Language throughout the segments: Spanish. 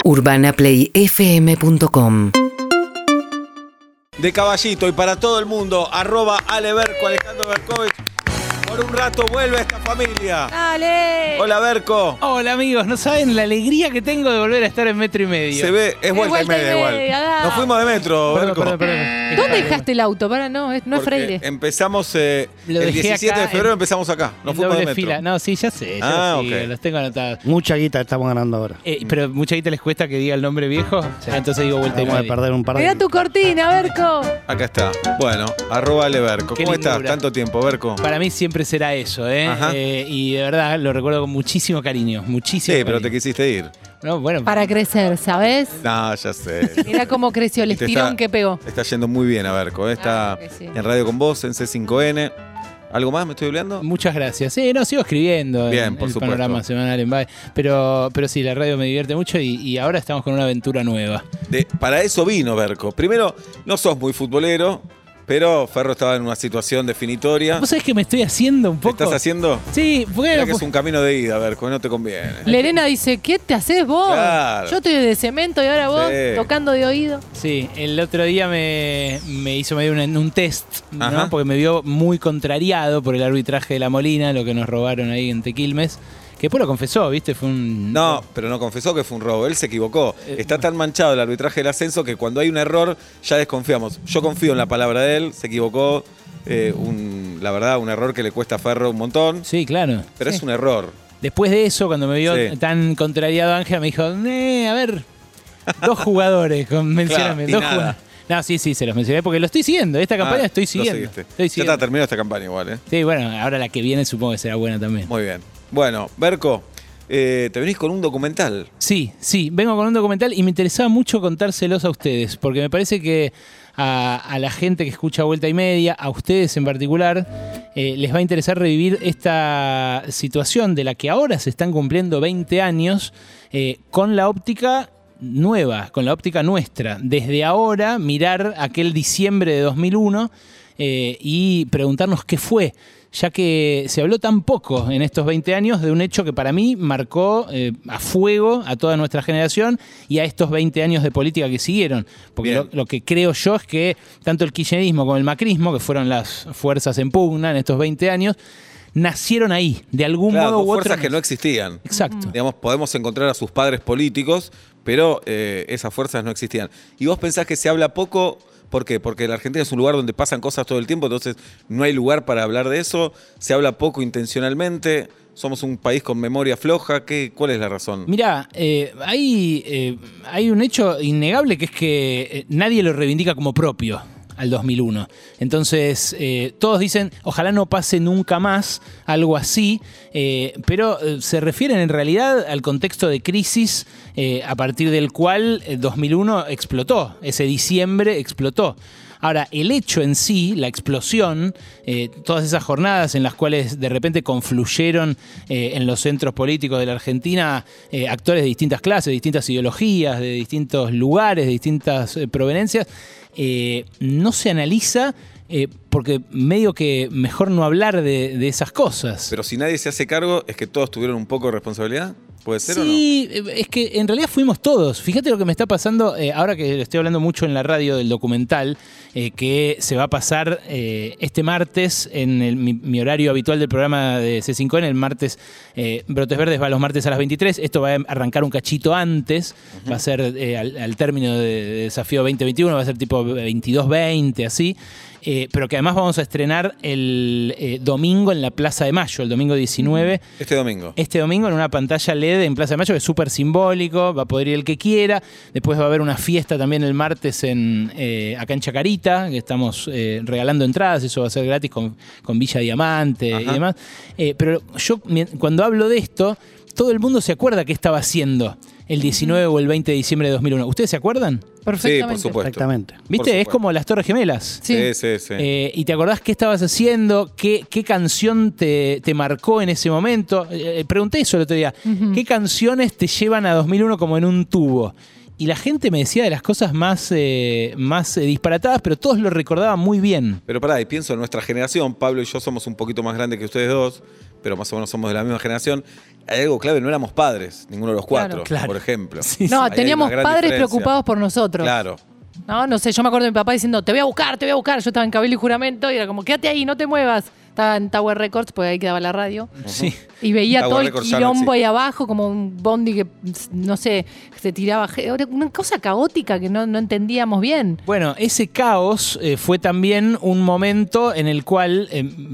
UrbanaPlayFM.com. De Caballito y para todo el mundo, @Aleberco, Alejandro Berkovich. Por un rato vuelve esta familia. ¡Dale! Hola, Berco. Hola, amigos. No saben la alegría que tengo de volver a estar en Metro y Medio. Se ve, es vuelta y media igual. Dale. Nos fuimos de metro, Berco. ¿Dónde dejaste el auto? No es Porque Freire. empezamos Lo el dejé 17 acá de febrero, empezamos acá. Nos en fuimos de doble metro. fila. No, sí, ya sé. Ok. Los tengo anotados. Mucha guita estamos ganando ahora. Pero mucha gente les cuesta que diga el nombre viejo. Entonces digo vuelta y Vamos a media. perder un par de... Mirá tu cortina, Berco. Acá está. Bueno, @Aleberco. Qué ¿Cómo estás? lindura. Tanto tiempo, Berco. Para mí siempre será eso, ¿eh? Ajá. Y de verdad lo recuerdo con muchísimo cariño. Muchísimo Sí, pero te cariño. quisiste ir. No, bueno, Para crecer, ¿sabes? No, ya sé. Mirá cómo creció el Te estirón que pegó. Está yendo muy bien a Berco. Está Claro que sí. en Radio con Vos, en C5N. ¿Algo más me estoy olvidando? muchas gracias. Sí, no, sigo escribiendo Bien, en por el supuesto. panorama semanal en Vibe. Pero sí, la radio me divierte mucho y ahora estamos con una aventura nueva. Para eso vino Berco. Primero, no sos muy futbolero, pero Ferro estaba en una situación definitoria. ¿Vos sabés que me estoy haciendo un ¿Qué poco? estás haciendo? Sí, Mirá bueno, que es un camino de ida, Berco, no te conviene. Lerena dice, ¿qué te haces vos? Claro. Yo estoy de cemento y ahora vos Sí. tocando de oído. sí, el otro día me hizo medio un test, ¿no? Ajá. Porque me vio muy contrariado por el arbitraje de La Molina, lo que nos robaron ahí en Tequilmes. Que después lo confesó, ¿viste? Fue un... No, pero no confesó que fue un robo. Él se equivocó. Está tan manchado el arbitraje del ascenso que cuando hay un error ya desconfiamos. Yo confío en la palabra de él. Se equivocó. La verdad, un error que le cuesta a Ferro un montón. Sí, claro. Pero Sí. es un error. Después de eso, cuando me vio Sí. tan contrariado Ángela, me dijo, a ver, 2 jugadores, mencioname, Claro, y 2 nada. jugadores. No, sí, se los mencioné porque lo estoy siguiendo. Esta campaña estoy Lo siguiendo. seguiste. Estoy Ya siguiendo. está terminada esta campaña igual, ¿eh? Sí, bueno, ahora la que viene supongo que será buena también. Muy bien. Bueno, Berco, te venís con un documental. Sí, vengo con un documental y me interesaba mucho contárselos a ustedes, porque me parece que a la gente que escucha Vuelta y Media, a ustedes en particular, les va a interesar revivir esta situación de la que ahora se están cumpliendo 20 años con la óptica nueva, con la óptica nuestra. Desde ahora, mirar aquel diciembre de 2001 y preguntarnos qué fue, ya que se habló tan poco en estos 20 años de un hecho que para mí marcó a fuego a toda nuestra generación y a estos 20 años de política que siguieron. Porque lo que creo yo es que tanto el kirchnerismo como el macrismo, que fueron las fuerzas en pugna en estos 20 años, nacieron ahí, de algún Claro, modo dos u otro. fuerzas que no existían. Exacto. Digamos, podemos encontrar a sus padres políticos, pero esas fuerzas no existían. ¿Y vos pensás que se habla poco? ¿Por qué? Porque la Argentina es un lugar donde pasan cosas todo el tiempo, entonces no hay lugar para hablar de eso. Se habla poco intencionalmente. Somos un país con memoria floja. ¿Cuál es la razón? Mirá, hay un hecho innegable que es que nadie lo reivindica como propio al 2001. Entonces, todos dicen, ojalá no pase nunca más algo así, pero se refieren en realidad al contexto de crisis a partir del cual 2001 explotó, ese diciembre explotó. Ahora, el hecho en sí, la explosión, todas esas jornadas en las cuales de repente confluyeron en los centros políticos de la Argentina actores de distintas clases, de distintas ideologías, de distintos lugares, de distintas provenencias, no se analiza porque medio que mejor no hablar de esas cosas. Pero si nadie se hace cargo, ¿es que todos tuvieron un poco de responsabilidad? ¿Puede ser Sí, es que en realidad fuimos todos. Fíjate lo que me está pasando, ahora que estoy hablando mucho en la radio del documental, que se va a pasar este martes en mi horario habitual del programa de C5N, el martes, Brotes Verdes va los martes a las 23, esto va a arrancar un cachito antes, va a ser al término de Desafío 2021, va a ser tipo 22-20, así. Pero que además vamos a estrenar el domingo en la Plaza de Mayo, el domingo 19. Este domingo. Este domingo en una pantalla LED en Plaza de Mayo, que es súper simbólico, va a poder ir el que quiera. Después va a haber una fiesta también el martes acá en Chacarita, que estamos regalando entradas, eso va a ser gratis con Villa Diamante. Ajá. Y demás. Pero yo, cuando hablo de esto, todo el mundo se acuerda qué estaba haciendo el 19 o el 20 de diciembre de 2001. ¿Ustedes se acuerdan? Perfectamente. Sí, por supuesto. Perfectamente. ¿Viste? Es como las Torres Gemelas. Sí. Sí. ¿Y te acordás qué estabas haciendo? ¿Qué canción te marcó en ese momento? Pregunté eso el otro día. ¿Qué canciones te llevan a 2001 como en un tubo? Y la gente me decía de las cosas más disparatadas, pero todos lo recordaban muy bien. Pero pará, y pienso en nuestra generación, Pablo y yo somos un poquito más grandes que ustedes dos, pero más o menos somos de la misma generación, hay algo clave, no éramos padres, ninguno de los cuatro, Claro. por ejemplo. Sí, No, Ahí hay teníamos una gran padres diferencia. preocupados por nosotros. Claro. No sé, yo me acuerdo de mi papá diciendo, te voy a buscar, te voy a buscar. Yo estaba en Cabildo y Juramento y era como, quédate ahí, no te muevas. Estaba en Tower Records, porque ahí quedaba la radio. Sí. Y veía Tower todo el Records ya no quilombo existe. ahí abajo, como un bondi que, no sé, se tiraba. Era una cosa caótica que no entendíamos bien. Bueno, ese caos fue también un momento en el cual,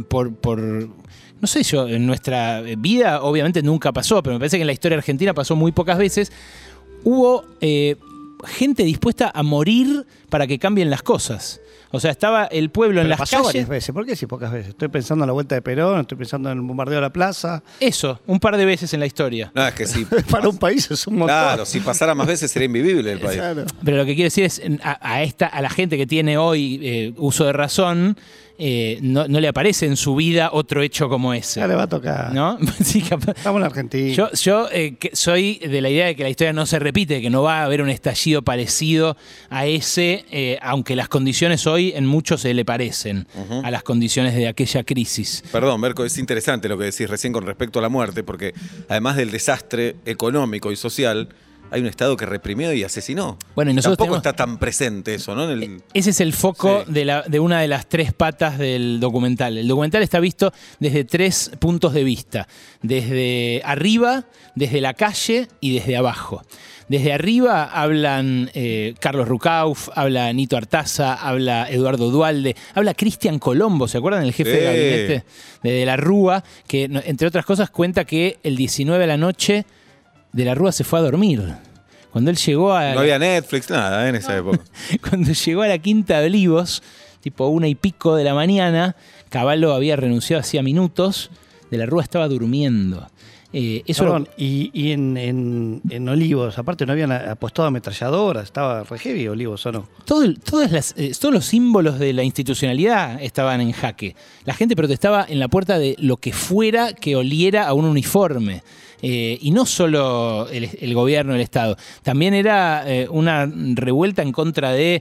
no sé yo, en nuestra vida obviamente nunca pasó, pero me parece que en la historia argentina pasó muy pocas veces, hubo gente dispuesta a morir para que cambien las cosas. O sea, estaba el pueblo en Pero las pasó calles. varias veces. ¿Por qué sí pocas veces? Estoy pensando en la vuelta de Perón, estoy pensando en el bombardeo de la plaza. Eso, un par de veces en la historia. No, es que sí. Para un país es un montón. Claro, si pasara más veces sería invivible el país. Claro. Pero lo que quiero decir es, a la gente que tiene hoy uso de razón, no le aparece en su vida otro hecho como ese. Ya le va a tocar. ¿No? Sí, capaz. Estamos en Argentina. Yo que soy de la idea de que la historia no se repite, que no va a haber un estallido parecido a ese, aunque las condiciones hoy en muchos se le parecen a las condiciones de aquella crisis. Perdón, Berco, es interesante lo que decís recién con respecto a la muerte, porque además del desastre económico y social, hay un Estado que reprimió y asesinó. Bueno, y nosotros Tampoco tenemos- está tan presente eso, ¿no? Ese es el foco Sí. de una de las tres patas del documental. El documental está visto desde tres puntos de vista. Desde arriba, desde la calle y desde abajo. Desde arriba hablan Carlos Rucauf, habla Nito Artaza, habla Eduardo Duhalde, habla Cristian Colombo, ¿se acuerdan? El jefe de Sí. gabinete de la Rúa, que entre otras cosas cuenta que el 19 de la noche de la Rúa se fue a dormir. Cuando él llegó a... No había Netflix, nada en esa época. Cuando llegó a la Quinta de Olivos, tipo 1:00 de la mañana, Cavallo había renunciado hacía minutos, de la Rúa estaba durmiendo. Eso Perdón, y en Olivos, aparte no habían apostado ametralladoras, estaba re heavy Olivos, ¿o no? todos los símbolos de la institucionalidad estaban en jaque. La gente protestaba en la puerta de lo que fuera que oliera a un uniforme. Y no solo el gobierno, el Estado. También era una revuelta en contra de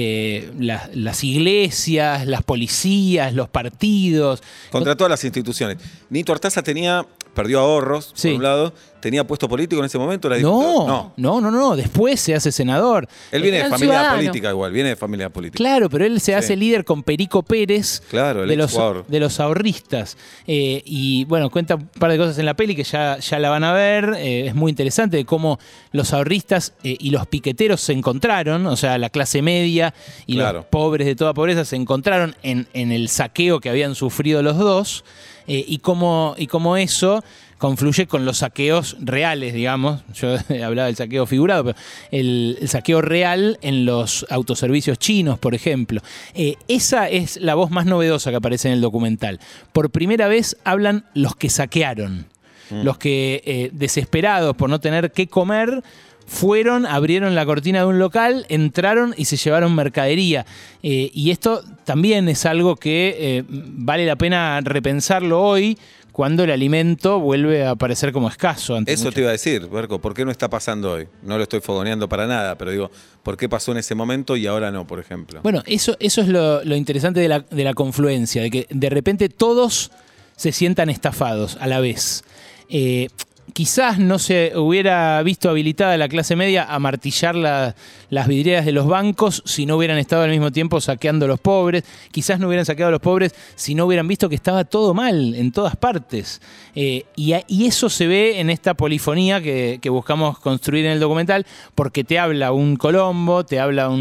las iglesias, las policías, los partidos. Contra todas las instituciones. Nito Artaza perdió ahorros, Sí. por un lado. ¿Tenía puesto político en ese momento? ¿Era diputado? No. Después se hace senador. Él viene de Era familia ciudadano. política igual, viene de familia política. Claro, pero él se hace líder con Perico Pérez Claro, el de exjugador. los ahorristas. Y bueno, cuenta un par de cosas en la peli que ya la van a ver. Es muy interesante de cómo los ahorristas y los piqueteros se encontraron, o sea, la clase media y Claro. los pobres de toda pobreza se encontraron en el saqueo que habían sufrido los dos. Y cómo eso confluye con los saqueos reales, digamos. Yo hablaba del saqueo figurado, pero el saqueo real en los autoservicios chinos, por ejemplo. Esa es la voz más novedosa que aparece en el documental. Por primera vez hablan los que saquearon, los que desesperados por no tener qué comer, abrieron la cortina de un local, entraron y se llevaron mercadería. Y esto también es algo que vale la pena repensarlo hoy, cuando el alimento vuelve a parecer como escaso. Eso te iba a decir, Berco, ¿por qué no está pasando hoy? No lo estoy fogoneando para nada, pero digo, ¿por qué pasó en ese momento y ahora no, por ejemplo? Bueno, eso es lo interesante de la confluencia, de que de repente todos se sientan estafados a la vez. Quizás no se hubiera visto habilitada la clase media a martillar las vidrieras de los bancos si no hubieran estado al mismo tiempo saqueando a los pobres. Quizás no hubieran saqueado a los pobres si no hubieran visto que estaba todo mal en todas partes. Y eso se ve en esta polifonía que buscamos construir en el documental, porque te habla un Colombo, te habla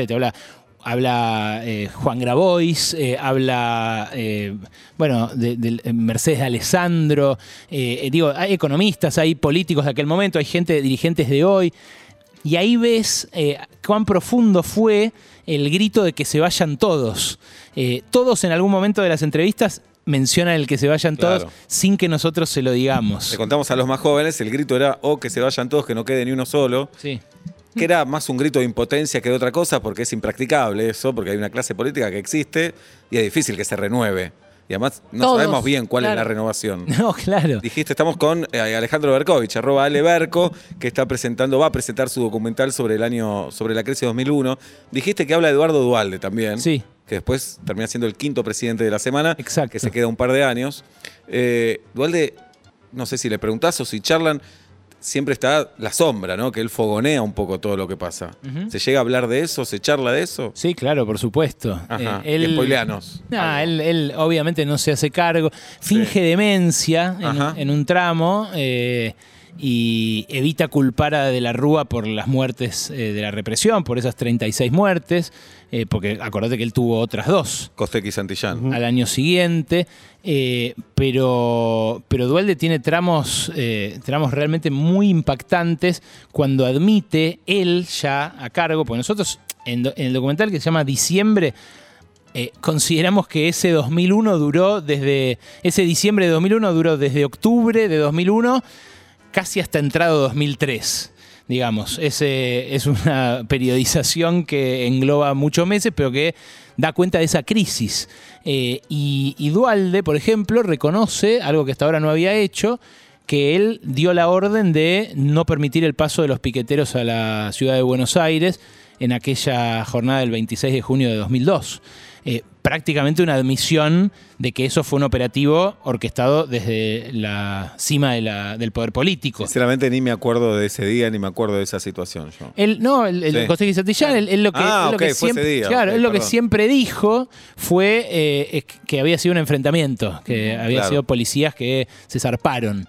habla Juan Grabois, habla de Mercedes de Alessandro, hay economistas, hay políticos de aquel momento, hay dirigentes de hoy, y ahí ves cuán profundo fue el grito de que se vayan todos. Todos en algún momento de las entrevistas mencionan el que se vayan todos, Claro. sin que nosotros se lo digamos. Le contamos a los más jóvenes, el grito era, que se vayan todos, que no quede ni uno solo. Sí. Que era más un grito de impotencia que de otra cosa, porque es impracticable eso, porque hay una clase política que existe y es difícil que se renueve. Y además no Todos, sabemos bien cuál es claro. la renovación. No, claro. Dijiste, estamos con Alejandro Berkovich, @aleberco, que va a presentar su documental sobre la crisis de 2001. Dijiste que habla de Eduardo Duhalde también. Sí. Que después termina siendo el 5º presidente de la semana. Exacto. Que se queda un par de años. Duhalde, no sé si le preguntás o si charlan, siempre está la sombra, ¿no? Que él fogonea un poco todo lo que pasa. ¿Se llega a hablar de eso? ¿Se charla de eso? Sí, claro, por supuesto. Ajá. Spoileanos. Él obviamente no se hace cargo. Finge demencia en un tramo y evita culpar a De la Rúa por las muertes de la represión, por esas 36 muertes, porque acordate que él tuvo otras 2. Costequi y Santillán. Al año siguiente. Pero Duhalde tiene tramos realmente muy impactantes cuando admite él ya a cargo, porque nosotros en el documental que se llama Diciembre, consideramos que ese diciembre de 2001 duró desde octubre de 2001 casi hasta entrado 2003. Digamos, es una periodización que engloba muchos meses, pero que da cuenta de esa crisis. Y Duhalde, por ejemplo, reconoce algo que hasta ahora no había hecho, que él dio la orden de no permitir el paso de los piqueteros a la ciudad de Buenos Aires en aquella jornada del 26 de junio de 2002. Prácticamente una admisión de que eso fue un operativo orquestado desde la cima del poder político. Sinceramente ni me acuerdo de ese día, ni me acuerdo de esa situación. Yo. Costequi y Santillán, él lo que siempre dijo fue que había sido un enfrentamiento, que había sido policías que se zarparon.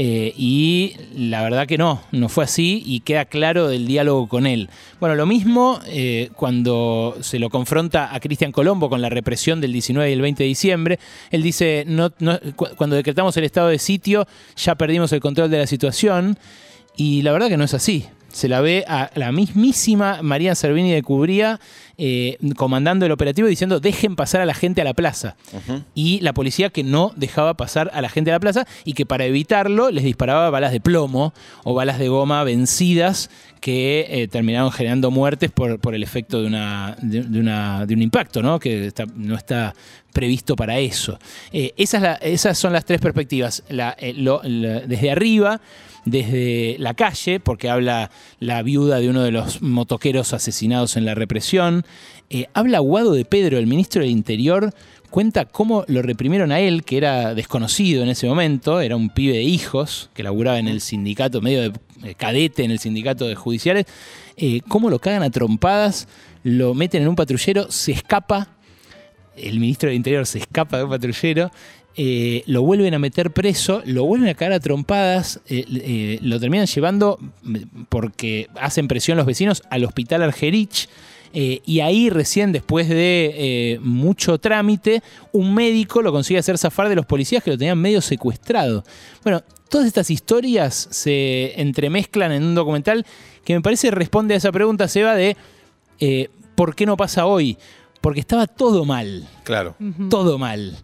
Y la verdad que no fue así y queda claro del diálogo con él. Bueno, lo mismo cuando se lo confronta a Cristian Colombo con la represión del 19 y el 20 de diciembre. Él dice, cuando decretamos el estado de sitio ya perdimos el control de la situación, y la verdad que no es así. Se la ve a la mismísima María Servini de Cubría comandando el operativo diciendo dejen pasar a la gente a la plaza. Y la policía que no dejaba pasar a la gente a la plaza y que para evitarlo les disparaba balas de plomo o balas de goma vencidas que terminaron generando muertes por el efecto de un impacto, ¿no? Que no está previsto para eso. Esas son las 3 perspectivas. Desde arriba, desde la calle, porque habla la viuda de uno de los motoqueros asesinados en la represión. Habla Guado de Pedro, el ministro del Interior, cuenta cómo lo reprimieron a él, que era desconocido en ese momento, era un pibe de hijos, que laburaba en el sindicato, medio de cadete en el sindicato de judiciales, cómo lo cagan a trompadas, lo meten en un patrullero, se escapa, el ministro del Interior se escapa de un patrullero, lo vuelven a meter preso, lo vuelven a cagar a trompadas, lo terminan llevando, porque hacen presión los vecinos, al hospital Argerich, y ahí recién, después de mucho trámite, un médico lo consigue hacer zafar de los policías que lo tenían medio secuestrado. Bueno, todas estas historias se entremezclan en un documental que me parece responde a esa pregunta, Seba, de ¿por qué no pasa hoy? Porque estaba todo mal. Claro. Todo mal.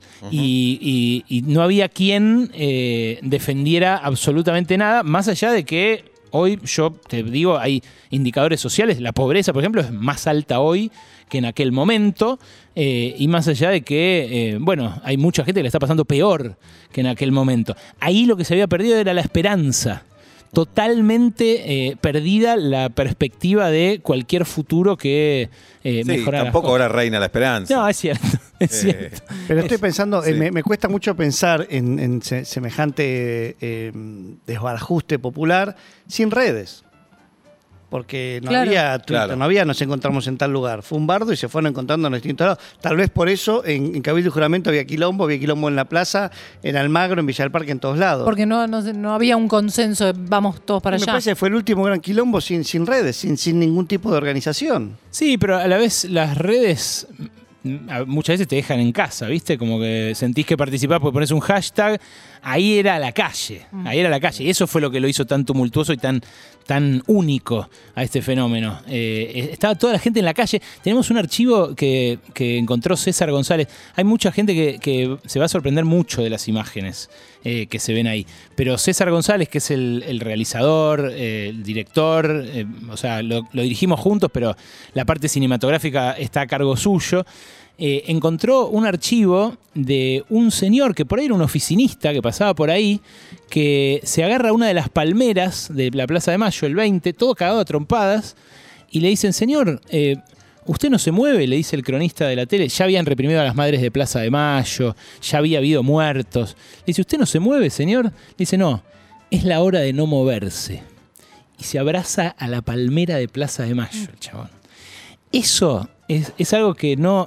Y no había quien defendiera absolutamente nada, más allá de que hoy, yo te digo, hay indicadores sociales. La pobreza, por ejemplo, es más alta hoy que en aquel momento. Y más allá de que, hay mucha gente que le está pasando peor que en aquel momento. Ahí lo que se había perdido era la esperanza. Totalmente perdida la perspectiva de cualquier futuro que mejorara. Tampoco ahora reina la esperanza. No, es cierto. Es cierto. Pero estoy pensando, me cuesta mucho pensar en semejante desbarajuste popular sin redes. Porque no había Twitter, no había nos encontramos en tal lugar. Fue un bardo y se fueron encontrando en distintos lados. Tal vez por eso en Cabildo y Juramento había quilombo en la plaza, en Almagro, en Villa del Parque, en todos lados. Porque no había un consenso de vamos todos para allá. Me parece que fue el último gran quilombo sin redes, sin ningún tipo de organización. Sí, pero a la vez las redes muchas veces te dejan en casa, ¿viste? Como que sentís que participás porque pones un hashtag. Ahí era la calle. Y eso fue lo que lo hizo tan tumultuoso y tan único a este fenómeno. Estaba toda la gente en la calle. Tenemos un archivo que encontró César González. Hay mucha gente que se va a sorprender mucho de las imágenes que se ven ahí. Pero César González, que es el realizador, el director, lo dirigimos juntos, pero la parte cinematográfica está a cargo suyo. Encontró un archivo de un señor que por ahí era un oficinista que pasaba por ahí, que se agarra a una de las palmeras de la Plaza de Mayo, el 20, todo cagado a trompadas, y le dicen, señor, usted no se mueve, le dice el cronista de la tele. Ya habían reprimido a las madres de Plaza de Mayo, ya había habido muertos. Le dice, ¿usted no se mueve, señor? Le dice, no, es la hora de no moverse. Y se abraza a la palmera de Plaza de Mayo, el chabón. Eso es algo que no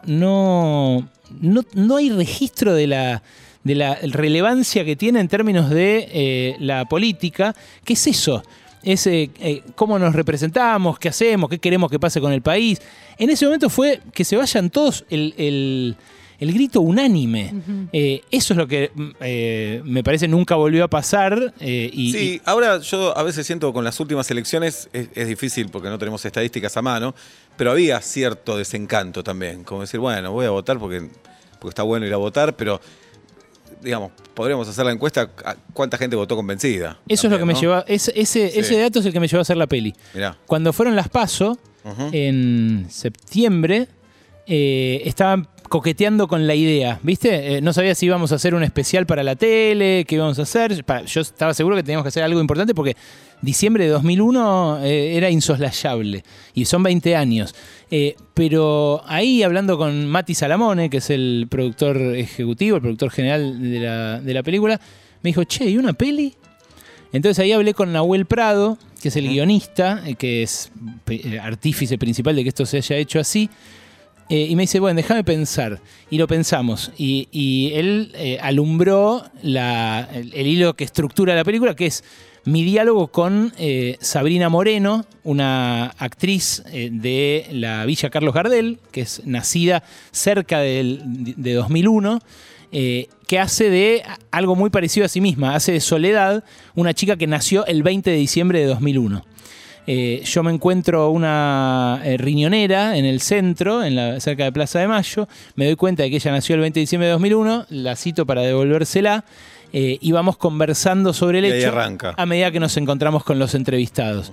hay registro de la relevancia que tiene en términos de la política. ¿Qué es eso? Es cómo nos representamos, qué hacemos, qué queremos que pase con el país. En ese momento fue que se vayan todos el grito unánime. Eso es lo que me parece nunca volvió a pasar. Sí, ahora yo a veces siento con las últimas elecciones, es difícil porque no tenemos estadísticas a mano, pero había cierto desencanto también. Como decir, bueno, voy a votar porque está bueno ir a votar, pero digamos, podríamos hacer la encuesta, ¿cuánta gente votó convencida? Eso también, es lo que me llevó, ese dato es el que me llevó a hacer la peli. Mirá. Cuando fueron las PASO, en septiembre, estaban coqueteando con la idea, ¿viste? No sabía si íbamos a hacer un especial para la tele, qué íbamos a hacer. Yo estaba seguro que teníamos que hacer algo importante porque diciembre de 2001 era insoslayable y son 20 años. Pero ahí, hablando con Mati Salamone, que es el productor ejecutivo, el productor general de la película, me dijo, che, ¿y una peli? Entonces ahí hablé con Nahuel Prado, que es el guionista, que es artífice principal de que esto se haya hecho así. Y me dice, bueno, déjame pensar. Y lo pensamos. Y él alumbró el hilo que estructura la película, que es mi diálogo con Sabrina Moreno, una actriz de la Villa Carlos Gardel, que es nacida cerca de 2001, que hace de algo muy parecido a sí misma. Hace de Soledad, una chica que nació el 20 de diciembre de 2001. Yo me encuentro una riñonera en el centro, cerca de Plaza de Mayo. Me doy cuenta de que ella nació el 20 de diciembre de 2001. La cito para devolvérsela. Y vamos conversando sobre el hecho a medida que nos encontramos con los entrevistados.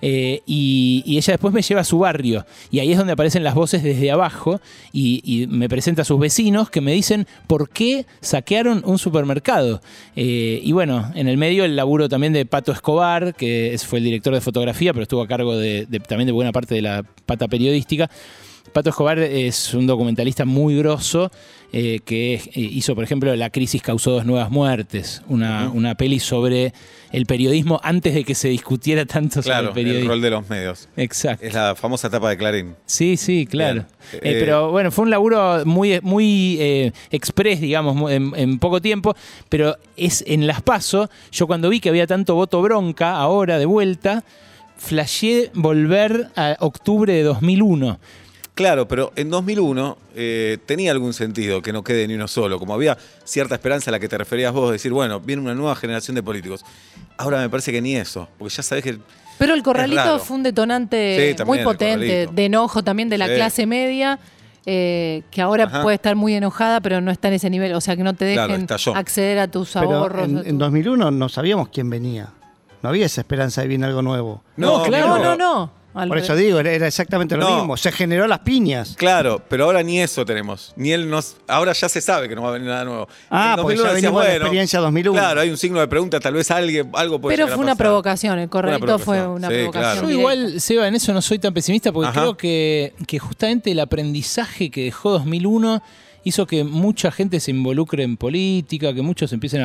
Y ella después me lleva a su barrio. Y ahí es donde aparecen las voces desde abajo. Y me presenta a sus vecinos que me dicen por qué saquearon un supermercado. Y bueno, en el medio el laburo también de Pato Escobar, que fue el director de fotografía, pero estuvo a cargo también de buena parte de la pata periodística. Pato Escobar es un documentalista muy grosso que hizo, por ejemplo, La crisis causó 2 nuevas muertes, una peli sobre el periodismo antes de que se discutiera tanto sobre el periodismo. El rol de los medios. Exacto. Es la famosa tapa de Clarín. Sí, claro. Pero bueno, fue un laburo muy express, digamos, en poco tiempo, pero es en las PASO. Yo cuando vi que había tanto voto bronca ahora de vuelta, flasheé volver a octubre de 2001. Claro, pero en 2001 tenía algún sentido que no quede ni uno solo. Como había cierta esperanza a la que te referías vos, de decir, bueno, viene una nueva generación de políticos. Ahora me parece que ni eso, porque ya sabés que... Pero el corralito fue un detonante muy potente, de enojo también de la clase media, que ahora puede estar muy enojada, pero no está en ese nivel. O sea, que no te dejen acceder a tus ahorros. En 2001 no sabíamos quién venía. No había esa esperanza de viene algo nuevo. No, claro, no. Por eso digo, era exactamente lo mismo. Se generó las piñas. Claro, pero ahora ni eso tenemos. Ahora ya se sabe que no va a venir nada nuevo. Porque ya venimos de la experiencia 2001. Claro, hay un signo de pregunta, tal vez algo puede Pero llegar fue a una provocación, el correcto fue una provocación. Claro. Yo igual, Seba, en eso no soy tan pesimista porque creo que justamente el aprendizaje que dejó 2001 hizo que mucha gente se involucre en política, que muchos empiecen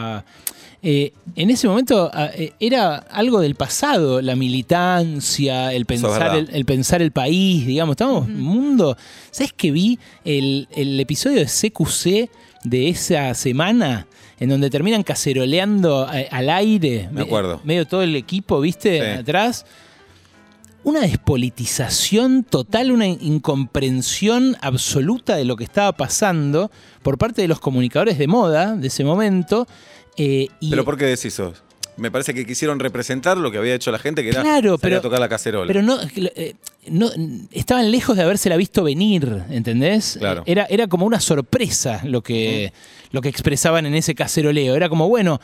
en ese momento era algo del pasado, la militancia, el pensar el país, digamos. Estábamos en un mundo... ¿Sabes qué vi? El episodio de CQC de esa semana, en donde terminan caceroleando al aire. Me acuerdo. Medio todo el equipo, ¿viste? Sí. Atrás. Una despolitización total, una incomprensión absoluta de lo que estaba pasando por parte de los comunicadores de moda de ese momento. ¿Pero por qué decís eso? Me parece que quisieron representar lo que había hecho la gente, que era salir a tocar la cacerola. Pero no estaban lejos de habérsela visto venir, ¿entendés? Claro. Era como una sorpresa lo que expresaban en ese caceroleo. Era como, bueno,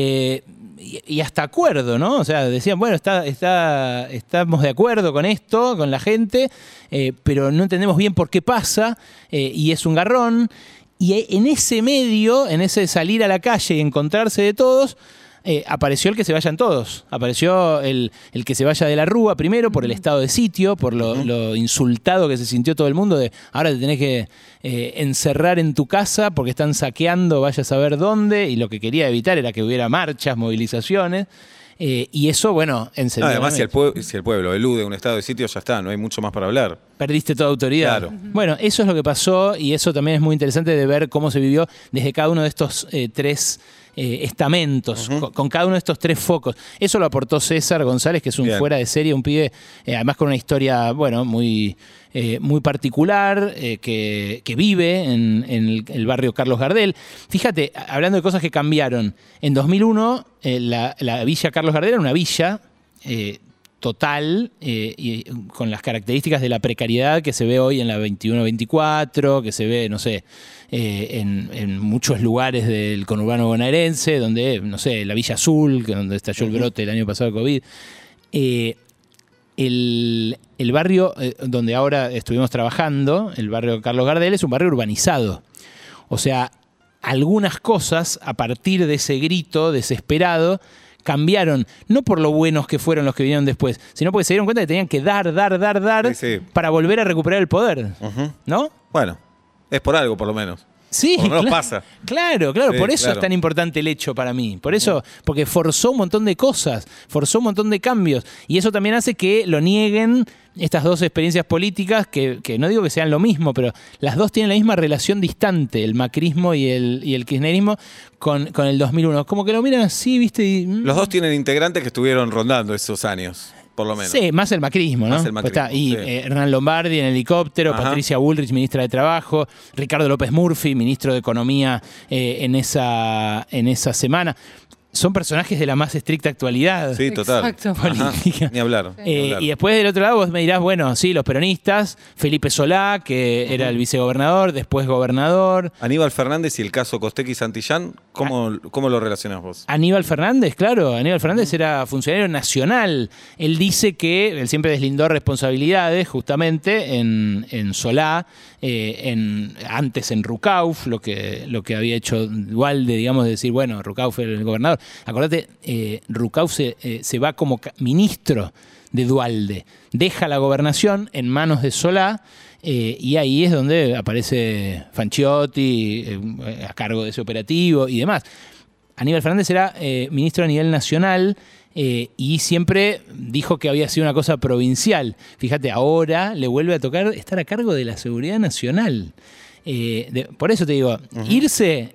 y hasta acuerdo, ¿no? O sea, decían, bueno, estamos de acuerdo con esto, con la gente, pero no entendemos bien por qué pasa, y es un garrón. Y en ese medio, en ese salir a la calle y encontrarse de todos, apareció el que se vayan todos. Apareció el que se vaya de la Rúa primero por el estado de sitio, por lo insultado que se sintió todo el mundo de ahora te tenés que encerrar en tu casa porque están saqueando, vaya a saber dónde, y lo que quería evitar era que hubiera marchas, movilizaciones. Y eso, bueno, enseñó. Además, si el pueblo elude un estado de sitio, ya está, no hay mucho más para hablar. Perdiste toda autoridad. Claro. Bueno, eso es lo que pasó y eso también es muy interesante de ver cómo se vivió desde cada uno de estos tres estamentos, con cada uno de estos tres focos. Eso lo aportó César González, que es un fuera de serie, un pibe, además con una historia, bueno, muy particular, que vive en el barrio Carlos Gardel. Fíjate, hablando de cosas que cambiaron, en 2001 la Villa Carlos Gardel era una villa total y con las características de la precariedad que se ve hoy en la 21-24, que se ve, no sé, en muchos lugares del conurbano bonaerense, donde, no sé, la Villa Azul, donde estalló el brote el año pasado de COVID. El barrio donde ahora estuvimos trabajando, el barrio Carlos Gardel, es un barrio urbanizado. O sea, algunas cosas a partir de ese grito desesperado cambiaron, no por lo buenos que fueron los que vinieron después, sino porque se dieron cuenta que tenían que dar para volver a recuperar el poder, ¿no? Bueno, es por algo por lo menos. Sí, por lo menos pasa. Claro, sí, por eso es tan importante el hecho para mí. Por eso, porque forzó un montón de cosas, forzó un montón de cambios. Y eso también hace que lo nieguen estas dos experiencias políticas, que no digo que sean lo mismo, pero las dos tienen la misma relación distante, el macrismo y el kirchnerismo, con el 2001. Como que lo miran así, ¿viste? Los dos tienen integrantes que estuvieron rondando esos años. Por lo menos. Sí, más el macrismo, ¿no? Más el macrismo, pues y Hernán Lombardi en helicóptero, Patricia Bullrich, ministra de Trabajo, Ricardo López Murphy, ministro de Economía en esa semana. Son personajes de la más estricta actualidad. Sí, total. Política. Ni hablar. Y después del otro lado vos me dirás, bueno, sí, los peronistas, Felipe Solá, que era el vicegobernador, después gobernador. Aníbal Fernández y el caso Costecchi Santillán, ¿cómo lo relacionás vos? Aníbal Fernández, claro, Aníbal Fernández era funcionario nacional. Él dice que él siempre deslindó responsabilidades justamente en Solá, antes en Rucauf, lo que había hecho Dualde, digamos, de decir, bueno, Rucauf era el gobernador. Acordate, Rucauf se va como ministro de Dualde, deja la gobernación en manos de Solá, y ahí es donde aparece Fanchiotti a cargo de ese operativo y demás. Aníbal Fernández era ministro a nivel nacional y siempre dijo que había sido una cosa provincial. Fíjate, ahora le vuelve a tocar estar a cargo de la seguridad nacional. Por eso te digo, irse,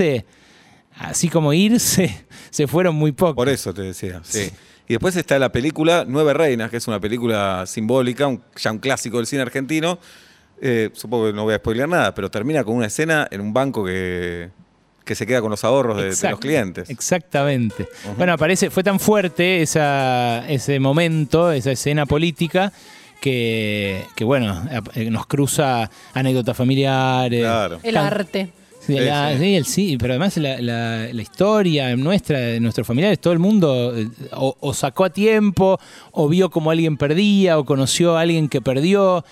así como irse, se fueron muy pocos. Por eso te decía, sí. Y después está la película Nueve Reinas, que es una película simbólica, ya un clásico del cine argentino. Supongo que no voy a spoilear nada, pero termina con una escena en un banco que se queda con los ahorros de los clientes. Exactamente. Bueno, fue tan fuerte ese momento, esa escena política, que bueno, nos cruza anécdotas familiares. Claro. El arte. Sí, pero además la historia de nuestros familiares, todo el mundo o sacó a tiempo, o vio como alguien perdía, o conoció a alguien que perdió.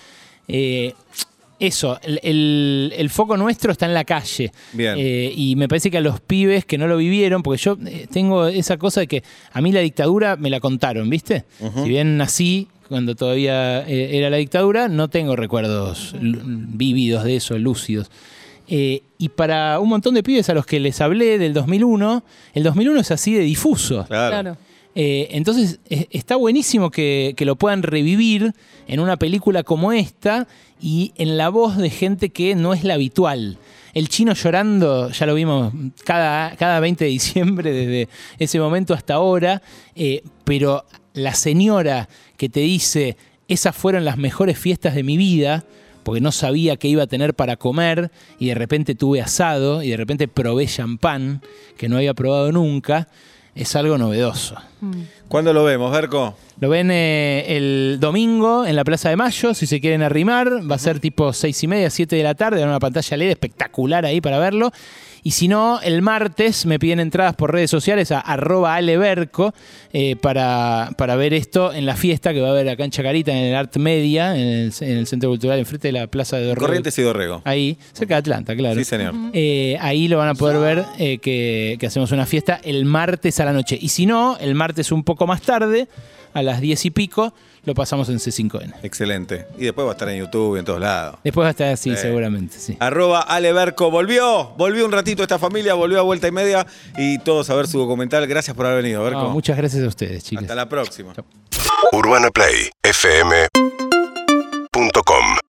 Eso, el foco nuestro está en la calle. Bien. Y me parece que a los pibes que no lo vivieron, porque yo tengo esa cosa de que a mí la dictadura me la contaron, ¿viste? Si bien nací cuando todavía era la dictadura, no tengo recuerdos vívidos de eso, lúcidos. Y para un montón de pibes a los que les hablé del 2001, el 2001 es así de difuso. Claro. Entonces está buenísimo que lo puedan revivir en una película como esta y en la voz de gente que no es la habitual. El Chino llorando, ya lo vimos cada 20 de diciembre desde ese momento hasta ahora, pero la señora que te dice, esas fueron las mejores fiestas de mi vida, porque no sabía qué iba a tener para comer y de repente tuve asado y de repente probé champán que no había probado nunca, es algo novedoso. ¿Cuándo lo vemos, Berco? Lo ven el domingo en la Plaza de Mayo, si se quieren arrimar, va a ser tipo 6:30, 7 de la tarde, en una pantalla LED espectacular ahí para verlo. Y si no, el martes me piden entradas por redes sociales a @aleberco para ver esto en la fiesta que va a haber acá en Chacarita, en el Art Media, en el Centro Cultural, enfrente de la Plaza de Dorrego. Corrientes y Dorrego. Ahí, cerca de Atlanta, claro. Sí, señor. Ahí lo van a poder ver que hacemos una fiesta el martes a la noche. Y si no, el martes un poco más tarde, a las 10 y pico, lo pasamos en C5N. Excelente. Y después va a estar en YouTube y en todos lados. Después va a estar así, seguramente, sí. @aleberco. Volvió un ratito esta familia, volvió a Vuelta y Media y todos a ver su documental. Gracias por haber venido, Berco. Muchas gracias a ustedes, chicos. Hasta la próxima. Urbana Play FM